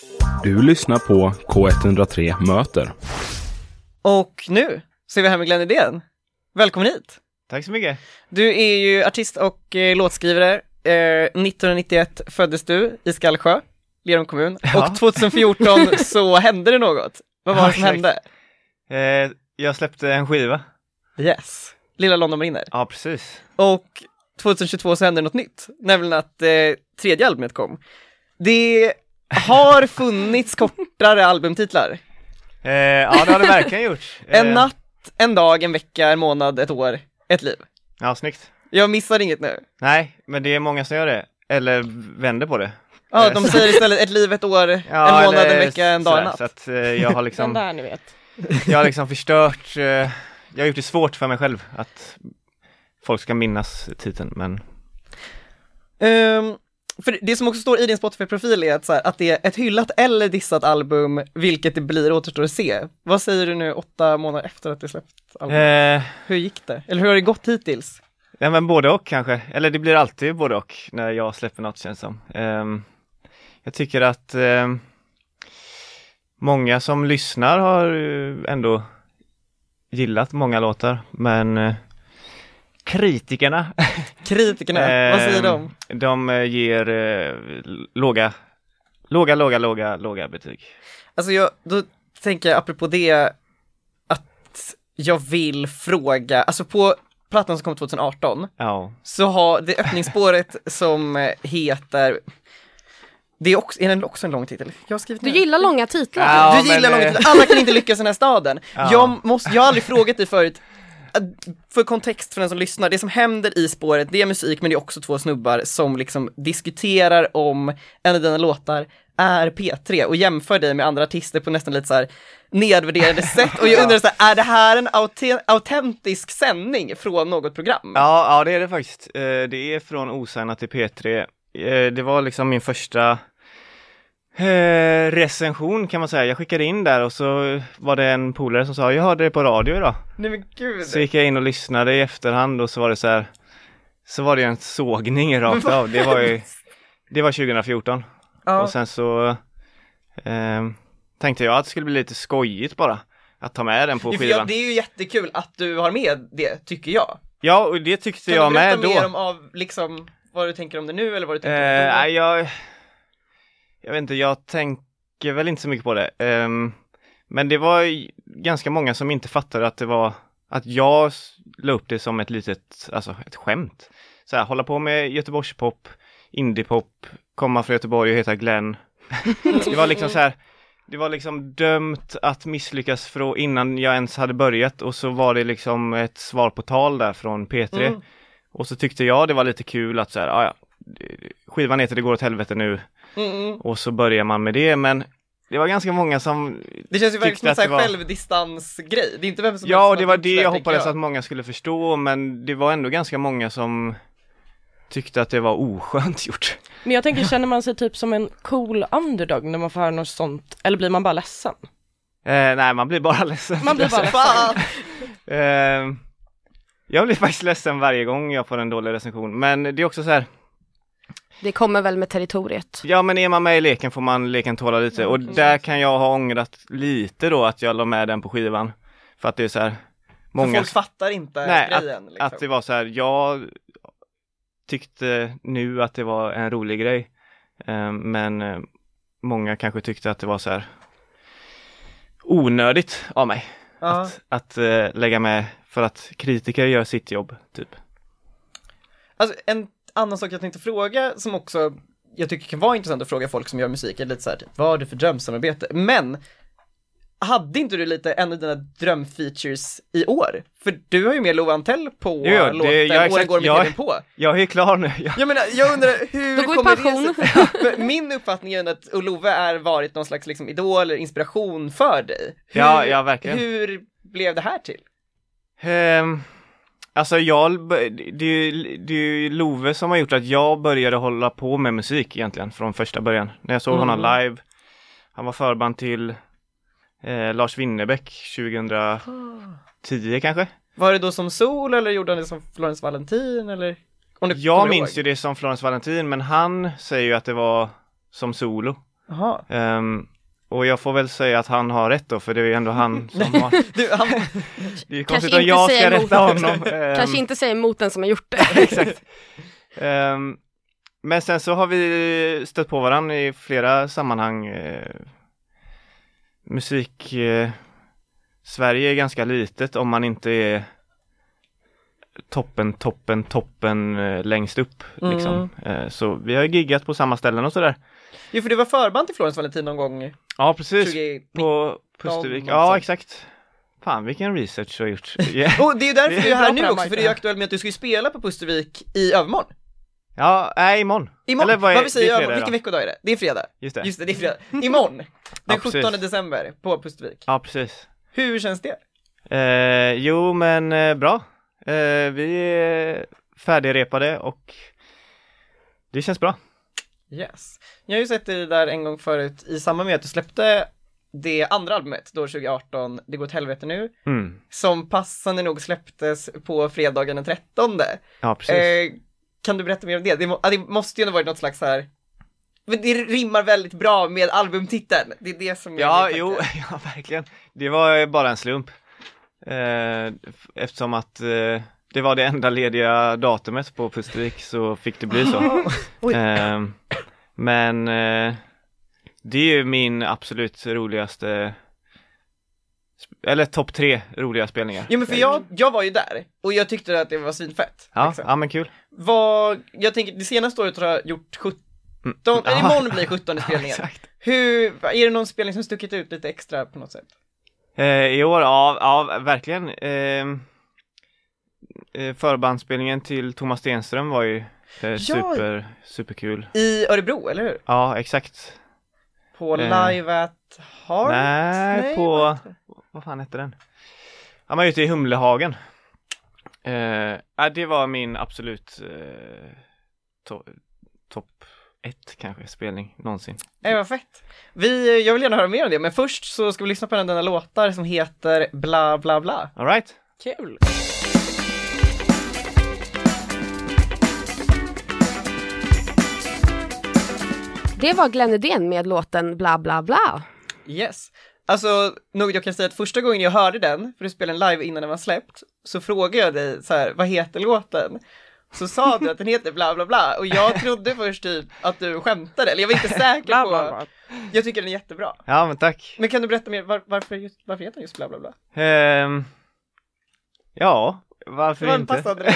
Du lyssnar på K103 Möter. Och nu ser vi här med Glenn Idén. Välkommen hit. Tack så mycket. Du är ju artist och låtskrivare. 1991 föddes du i Skallsjö, Lerum kommun. Ja. Och 2014 så hände det något. Vad var det som hände? Jag släppte en skiva. Yes. Lilla London brinner. Ja, precis. Och 2022 så hände något nytt. Nämligen att tredje albumet kom. Det har funnits kortare albumtitlar. Ja, det har det verkligen gjort. En natt, en dag, en vecka, en månad, ett år, ett liv. Ja, snyggt. Jag missar inget nu. Nej, men det är många som gör det. Eller vänder på det. Ja, de säger istället ett liv, ett år, en månad, en vecka, en dag, en natt. Så att jag har liksom... Den där, ni vet. Jag har liksom förstört... jag har gjort det svårt för mig själv att folk ska minnas titeln, men... För det som också står i din Spotify-profil är att det är ett hyllat eller dissat album, vilket det blir återstår att se. Vad säger du nu 8 månader efter att du släppt albumet? Hur gick det? Eller hur har det gått hittills? Ja, men både och kanske. Eller det blir alltid både och när jag släpper något, känns som. Jag tycker att många som lyssnar har ändå gillat många låtar, men kritikerna, vad säger de? De ger låga betyg. Alltså då tänker jag apropå det att jag vill fråga, alltså på plattan som kom 2018 så har det öppningsspåret som heter, det är också en lång titel. Jag har skrivit du gillar långa titlar. Ja, du gillar långa titlar. Alla kan inte lyckas i den här staden. Jag har aldrig frågat dig förut. För kontext för den som lyssnar, det som händer i spåret, det är musik, men det är också 2 snubbar som liksom diskuterar om en av dina låtar är P3 och jämför dig med andra artister på nästan lite så här nedvärderande sätt. Och jag undrar så här, är det här en autentisk sändning från något program? Ja, det är det faktiskt. Det är från Osignat till P3. Det var liksom min första recension, kan man säga. Jag skickade in där och så var det en polare som sa, jag hörde det på radio idag. Nej men gud. Så gick jag in och lyssnade i efterhand och så var det så här, så var det en sågning rakt av. Det var 2014. Ja. Och sen så tänkte jag att det skulle bli lite skojigt bara att ta med den på skivan. Det är ju jättekul att du har med det, tycker jag. Ja, och det tyckte jag med då. Kan du berätta mer om liksom, vad du tänker om det nu eller vad du tänker om det då? Jag vet inte, jag tänker väl inte så mycket på det. Men det var ganska många som inte fattade att det var att jag la upp det som ett skämt. Så här, hålla på med Göteborgspop, indiepop, komma från Göteborg och heta Glenn. Det var liksom så här, det var liksom dömt att misslyckas innan jag ens hade börjat, och så var det liksom ett svar på tal där från P3. Och så tyckte jag det var lite kul att så här, skivan heter Det går åt helvete nu. Och så börjar man med det, men det var ganska många som det känns ju verkligen som en självdistansgrej. Det är inte vem som ja, det var det jag hoppades att många skulle förstå, men det var ändå ganska många som tyckte att det var oskönt gjort. Men jag tänker, känner man sig typ som en cool underdog när man får höra något sånt, eller blir man bara ledsen? Nej, man blir bara ledsen. Jag blir faktiskt ledsen varje gång jag får en dålig recension, men det är också så här. Det kommer väl med territoriet. Ja, men är man med i leken får man leken tåla lite. Och där kan jag ha ångrat lite då att jag la med den på skivan. För att det är så här många... För folk fattar inte grejen. Liksom. Att det var så här, jag tyckte nu att det var en rolig grej. Men många kanske tyckte att det var så här onödigt av mig. Att lägga med för att kritiker gör sitt jobb, typ. Alltså en annan sak jag tänkte fråga, som också jag tycker kan vara intressant att fråga folk som gör musik, är lite så här, vad har du för drömsamarbete? Men hade inte du lite en av dina drömfeatures i år? För du har ju med Love Antell på låten Åren går med tiden på. Jag är klar nu. Jag undrar hur då går kommer det min uppfattning är att Love är varit någon slags liksom idol eller inspiration för dig. Ja, verkligen. Hur blev det här till? Alltså det är ju Love som har gjort att jag började hålla på med musik egentligen från första början. När jag såg honom live, han var förband till Lars Winnerbäck 2010 kanske. Var det då som sol eller gjorde han det som Florence Valentin? Eller? Jag minns ju det som Florence Valentin, men han säger ju att det var som solo. Jaha. Och jag får väl säga att han har rätt då, för det är ju ändå han som har... Det är ju konstigt Kanske om jag inte ska säga rätta honom. Kanske inte säga emot den som har gjort det. Exakt. Men sen så har vi stött på varandra i flera sammanhang. Sverige är ganska litet om man inte är toppen längst upp liksom. Så vi har giggat på samma ställen och sådär. Jo, för det var förband till Florens Valentin någon gång. Ja, precis. 20... På Pustervik. Ja, exakt. Fan, vilken research du har gjort. Yeah. Och det är ju därför du är här nu också, för det är ju Marken. aktuellt med att du ska ju spela på Pustervik i övermorgon. Ja, nej, imorgon. Imorgon, Eller vad vi säger det är övermorgon, fredag vilken då? veckodag är det? Det är fredag. Just det. Just det är fredag. Imorgon, den Ja, 17 precis. december på Pustervik. Ja, precis. Hur känns det? Jo, men bra. Vi är färdigrepade och det känns bra. Yes. Jag har ju sett det där en gång förut i samband med att du släppte det andra albumet, då 2018, Det går åt helvete nu, som passande nog släpptes på fredagen den 13. Ja, precis. Kan du berätta mer om det? Det måste ju ändå varit något slags så här. Men det rimmar väldigt bra med albumtiteln. Det är det som Ja, verkligen. Det var bara en slump. Eftersom att det var det enda lediga datumet på Pustervik så fick det bli så. Men det är ju min absolut roligaste, eller topp 3 roliga spelningar. Ja, men för jag var ju där och jag tyckte att det var svinfett. Ja, liksom. ja men kul. Jag tänker, det senaste året har jag gjort 17, eller imorgon blir 17 spelningen. Exakt. Är det någon spelning som stuckit ut lite extra på något sätt? I år, ja verkligen. Förbandsspelningen till Thomas Stenström var ju superkul. I Örebro, eller hur? Ja, exakt. På Live at Heart? Nej, på... Vad fan hette den? Ja, man är ute i Humlehagen. Det var min absolut topp 1 kanske spelning någonsin. Vad fett. Jag vill gärna höra mer om det, men först så ska vi lyssna på en av denna låtar som heter Bla bla bla. All right. Kul. Det var Glenn Hydén med låten Bla bla bla. Yes. Alltså, något jag kan säga att första gången jag hörde den, för du spelade en live innan den var släppt, så frågade jag dig så här, vad heter låten? Så sa du att den heter Bla bla bla, och jag trodde först typ att du skämtade, eller jag var inte säker Bla, på. bla, bla. Jag tycker den är jättebra. Ja, men tack. Men kan du berätta mer, varför heter den just Bla bla bla? Ja, varför Det var en inte? passande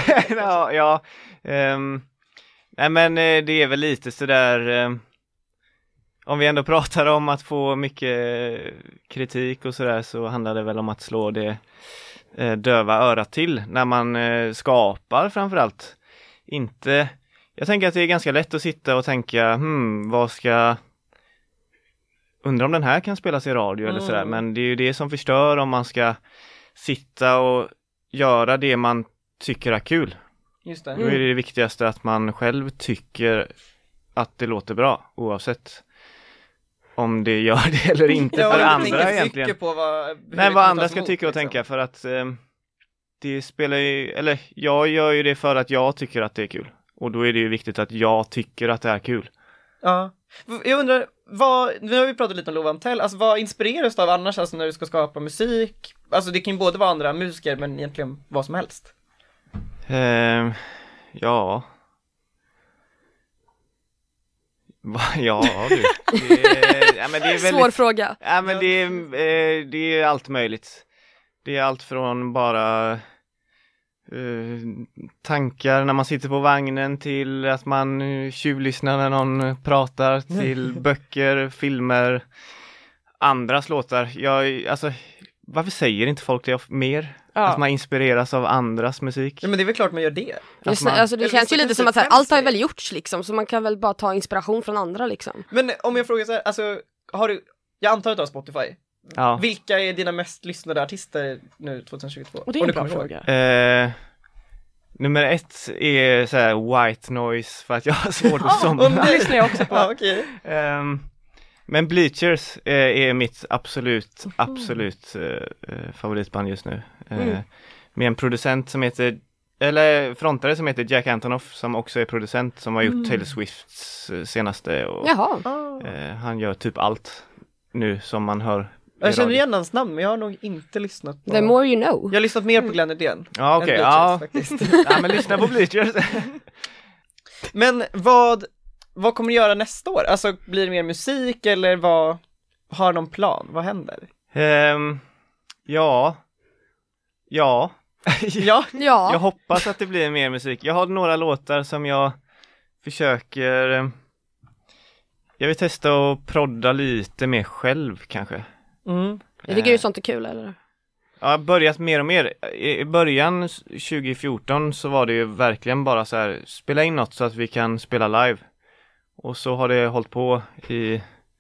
nej men det är väl lite sådär, om vi ändå pratar om att få mycket kritik och sådär, så handlar det väl om att slå det döva örat till när man skapar framförallt. Jag tänker att det är ganska lätt att sitta och tänka, undrar om den här kan spelas i radio eller sådär, men det är ju det som förstör om man ska sitta och göra det man tycker är kul. Just det. Då är det viktigaste att man själv tycker att det låter bra, oavsett om det gör det eller inte för andra egentligen. På vad andra ska tycka och tänka, för att det spelar ju, eller jag gör ju det för att jag tycker att det är kul. Och då är det ju viktigt att jag tycker att det är kul. Ja. Jag undrar, nu har vi pratat lite om Love Tell, alltså vad inspireras du av annars, alltså när du ska skapa musik? Alltså det kan ju både vara andra musiker, men egentligen vad som helst. Ja. Ja, du. Men det är väldigt... Svår fråga. Ja, men det är allt möjligt. Det är allt från bara tankar när man sitter på vagnen, till att man tjuvlyssnar när någon pratar, till böcker, filmer, andras låtar. Varför säger inte folk det mer? Ja. Att man inspireras av andras musik. Ja, men det är väl klart man gör det. Det känns ju lite som att allt har väl gjorts liksom, så man kan väl bara ta inspiration från andra liksom. Men om jag frågar så här, alltså jag antar att du har Spotify. Ja. Vilka är dina mest lyssnade artister nu 2022? Och det är en bra fråga. Nummer 1 är så här white noise, för att jag har svårt att somna. Det lyssnar jag också på. Ja, okej. Men Bleachers är mitt absolut favoritband just nu. Med en producent som heter eller frontare som heter Jack Antonoff som också är producent som har gjort Taylor Swifts senaste och han gör typ allt nu som man hör. Jag känner igen hans namn men jag har nog inte lyssnat på... The more you know. Jag har lyssnat mer på Glenn Hydén. Ja okej, ja men lyssna på Bleachers. Men vad kommer du göra nästa år? Alltså blir det mer musik eller vad har någon plan? Vad händer? Ja. Ja. Jag hoppas att det blir mer musik. Jag har några låtar som jag försöker... Jag vill testa att prodda lite mer själv kanske. Jag tycker ju sånt är kul, eller? Jag har börjat mer och mer. I början 2014 så var det ju verkligen bara så här, spela in något så att vi kan spela live. Och så har det hållit på i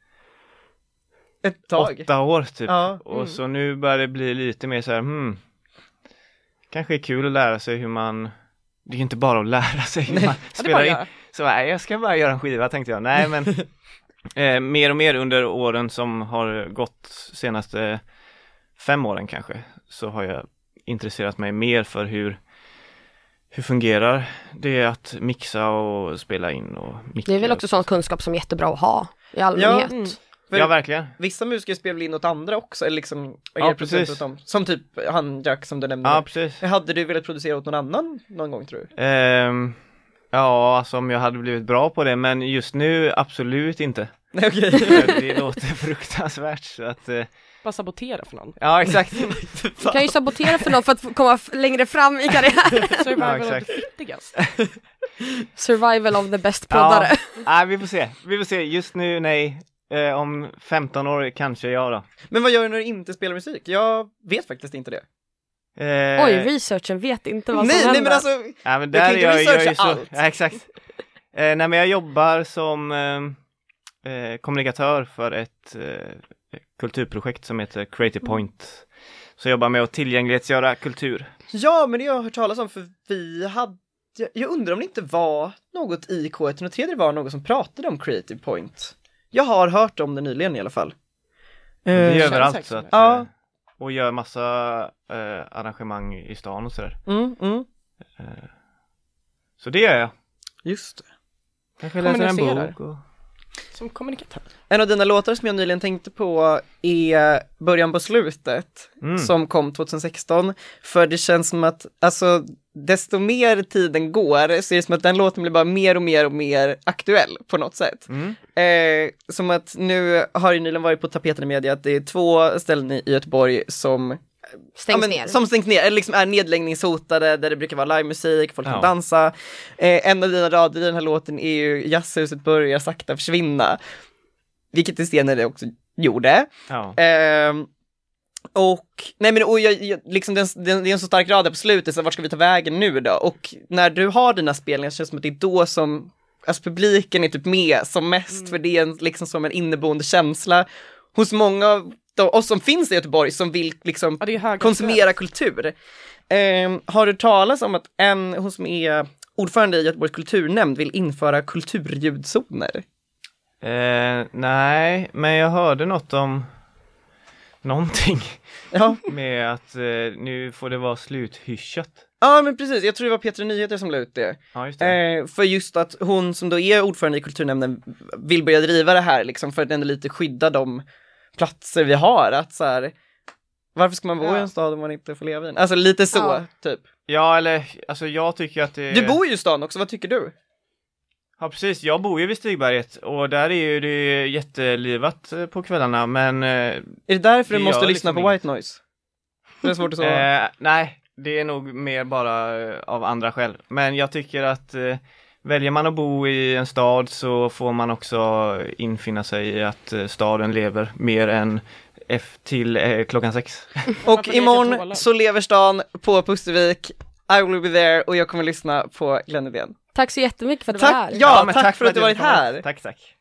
ett tag. 8 år typ. Ja. Och så nu börjar det bli lite mer så här, kanske är kul att lära sig hur man... Det är ju inte bara att lära sig hur man spelar in. Så jag ska bara göra en skiva tänkte jag. Nej men mer och mer under åren som har gått senaste 5 åren kanske. Så har jag intresserat mig mer för hur fungerar det att mixa och spela in och micka. Det är väl också sån kunskap som är jättebra att ha i allmänhet. Ja, verkligen. Vissa musiker spelar in åt andra också, eller liksom precis. Åt dem. Som typ han Jack som du nämnde. Ja, precis. Hade du velat producera åt någon annan någon gång tror du? Ja, alltså om jag hade blivit bra på det, men just nu absolut inte. Okej. Det låter fruktansvärt så att... Bara sabotera för någon. Ja, exakt. Du kan ju sabotera för någon för att komma längre fram i karriären. Survival of the fittigast. Survival of the best poddare. Ja, vi får se. Just nu, nej. Om 15 år kanske jag då. Men vad gör du när du inte spelar musik? Jag vet faktiskt inte det. Oj, researchen vet inte vad som händer. Nej, men alltså... Ja, men där jag är ju så... Ja, exakt. Nej, men jag jobbar som kommunikatör för ett kulturprojekt som heter Creative Point. Så jag jobbar med att tillgänglighetsgöra kultur. Ja, men det har jag hört talas om för vi hade... Jag undrar om det inte var något i K103 det var något som pratade om Creative Point. Jag har hört om det nyligen i alla fall. Det är överallt så att... Ja. Och gör massa arrangemang i stan och sådär. Så det gör jag. Just det. Kanske läser en bok och... Som kommunikatör. En av dina låtar som jag nyligen tänkte på är Början på slutet som kom 2016. För det känns som att alltså, desto mer tiden går så är det som att den låten blir bara mer och mer och mer aktuell på något sätt. Som att nu har ju nyligen varit på tapeten i media att det är 2 ställen i Göteborg som stängs ner. Som stängs ner, eller liksom är nedläggningshotade där det brukar vara livemusik, folk kan dansa. En av dina rader i den här låten är ju Jazzhuset börjar sakta försvinna. Vilket är scenen det också gjorde. Och nej men och jag liksom det är en så stark rad på slutet så vart ska vi ta vägen nu då? Och när du har dina spelningar så känns det som att det är då som alltså publiken är typ med som mest för det är liksom som en inneboende känsla hos många av oss som finns i Göteborg som vill liksom konsumera kultur. Har du talat om att hon som är ordförande i Göteborgs kulturnämnd vill införa kulturljudzoner? Nej, men jag hörde något om någonting med att nu får det vara sluthyschat. Ja, men precis. Jag tror det var Petra Nyheter som la ut det. Ja, just det. För just att hon som då är ordförande i kulturnämnden vill börja driva det här liksom för att ändå lite skydda de platser vi har. Att så här, varför ska man bo i en stad om man inte får leva i den? Alltså lite så, typ. Ja, eller alltså jag tycker att det... Du bor ju i stan också, vad tycker du? Ja, precis. Jag bor ju vid Stigberget och där är ju det jättelivat på kvällarna, men... Är det därför du måste lyssna på White Noise? Det är svårt att säga. Nej, det är nog mer bara av andra skäl. Men jag tycker att väljer man att bo i en stad så får man också infinna sig i att staden lever mer än till klockan 6. Och imorgon så lever stan på Pustervik. I will be there och jag kommer lyssna på Glenn Hydén. Tack så jättemycket för att du var här. Ja, tack för att du varit här. Tack.